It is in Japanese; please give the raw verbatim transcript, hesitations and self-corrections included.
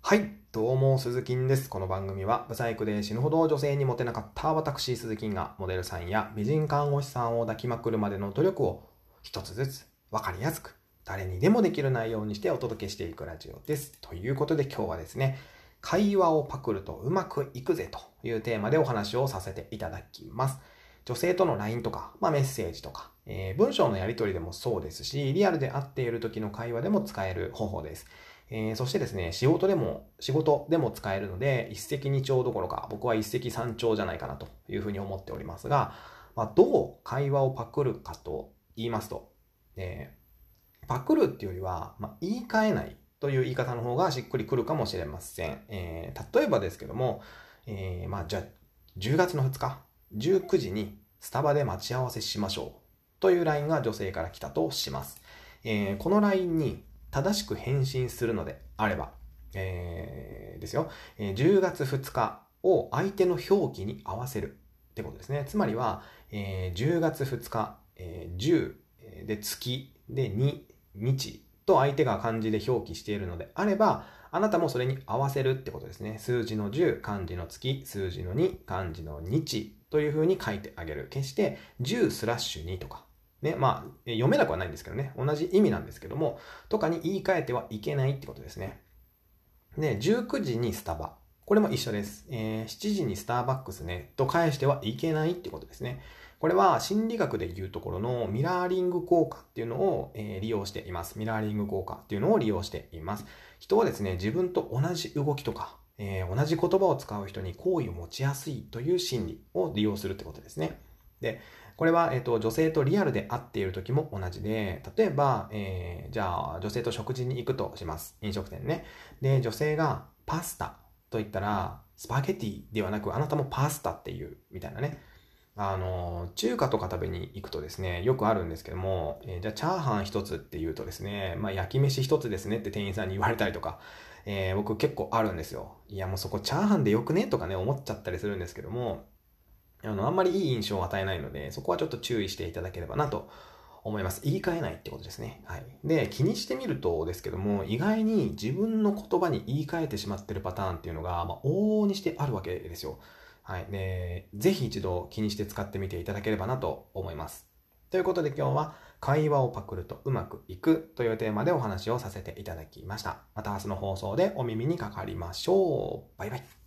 はい、どうも、鈴木です。この番組は、ブサイクで死ぬほど女性にモテなかった私、鈴木が、モデルさんや美人看護師さんを抱きまくるまでの努力を、一つずつ、わかりやすく、誰にでもできる内容にしてお届けしていくラジオです。ということで今日はですね、会話をパクるとうまくいくぜというテーマでお話をさせていただきます。女性との ライン とか、まあ、メッセージとか、えー、文章のやり取りでもそうですし、リアルで会っている時の会話でも使える方法です。えー、そしてですね、仕事でも、仕事でも使えるので、一石二鳥どころか、僕は一石三鳥じゃないかなというふうに思っておりますが、まあ、どう会話をパクるかと言いますと、えー、パクるっていうよりは、まあ、言い換えないという言い方の方がしっくりくるかもしれません。えー、例えばですけども、えー、まあ、じゃあ、じゅうがつのふつか、じゅうくじにスタバで待ち合わせしましょうという ライン が女性から来たとします。えー、この ライン に正しく返信するのであれば、えー、ですよ、えー、じゅうがつふつかを相手の表記に合わせるってことですね。つまりは、えー、じゅうがつふつか、えー、じゅうで月でに日と相手が漢字で表記しているのであれば、あなたもそれに合わせるってことですね。数字のじゅう、漢字の月、数字のに、漢字の日という風に書いてあげる。決してじゅうスラッシュにとか、ね、まあ、読めなくはないんですけどね。同じ意味なんですけども、とかに言い換えてはいけないってことですね。で、じゅうくじにスタバ。これも一緒です。えー、しちじにスターバックスね、と返してはいけないってことですね。これは心理学でいうところのミラーリング効果っていうのを、えー、利用しています。ミラーリング効果っていうのを利用しています。人はですね、自分と同じ動きとか、えー、同じ言葉を使う人に好意を持ちやすいという心理を利用するってことですね。で、これは、えっと、女性とリアルで会っている時も同じで、例えば、えー、じゃあ、女性と食事に行くとします。飲食店ね。で、女性がパスタと言ったら、スパゲティではなく、あなたもパスタっていう、みたいなね。あの、中華とか食べに行くとですね、よくあるんですけども、えーじゃあチャーハン一つって言うとですね、まあ焼き飯一つですねって店員さんに言われたりとか、えー僕結構あるんですよ。いやもうそこチャーハンでよくねとかね、思っちゃったりするんですけども、あの、あんまりいい印象を与えないので、そこはちょっと注意していただければなと思います。言い換えないってことですね。はい。で、気にしてみるとですけども、意外に自分の言葉に言い換えてしまってるパターンっていうのが、まあ、往々にしてあるわけですよ。はい。で、ぜひ一度気にして使ってみていただければなと思います。ということで今日は、会話をパクるとうまくいくというテーマでお話をさせていただきました。また明日の放送でお耳にかかりましょう。バイバイ。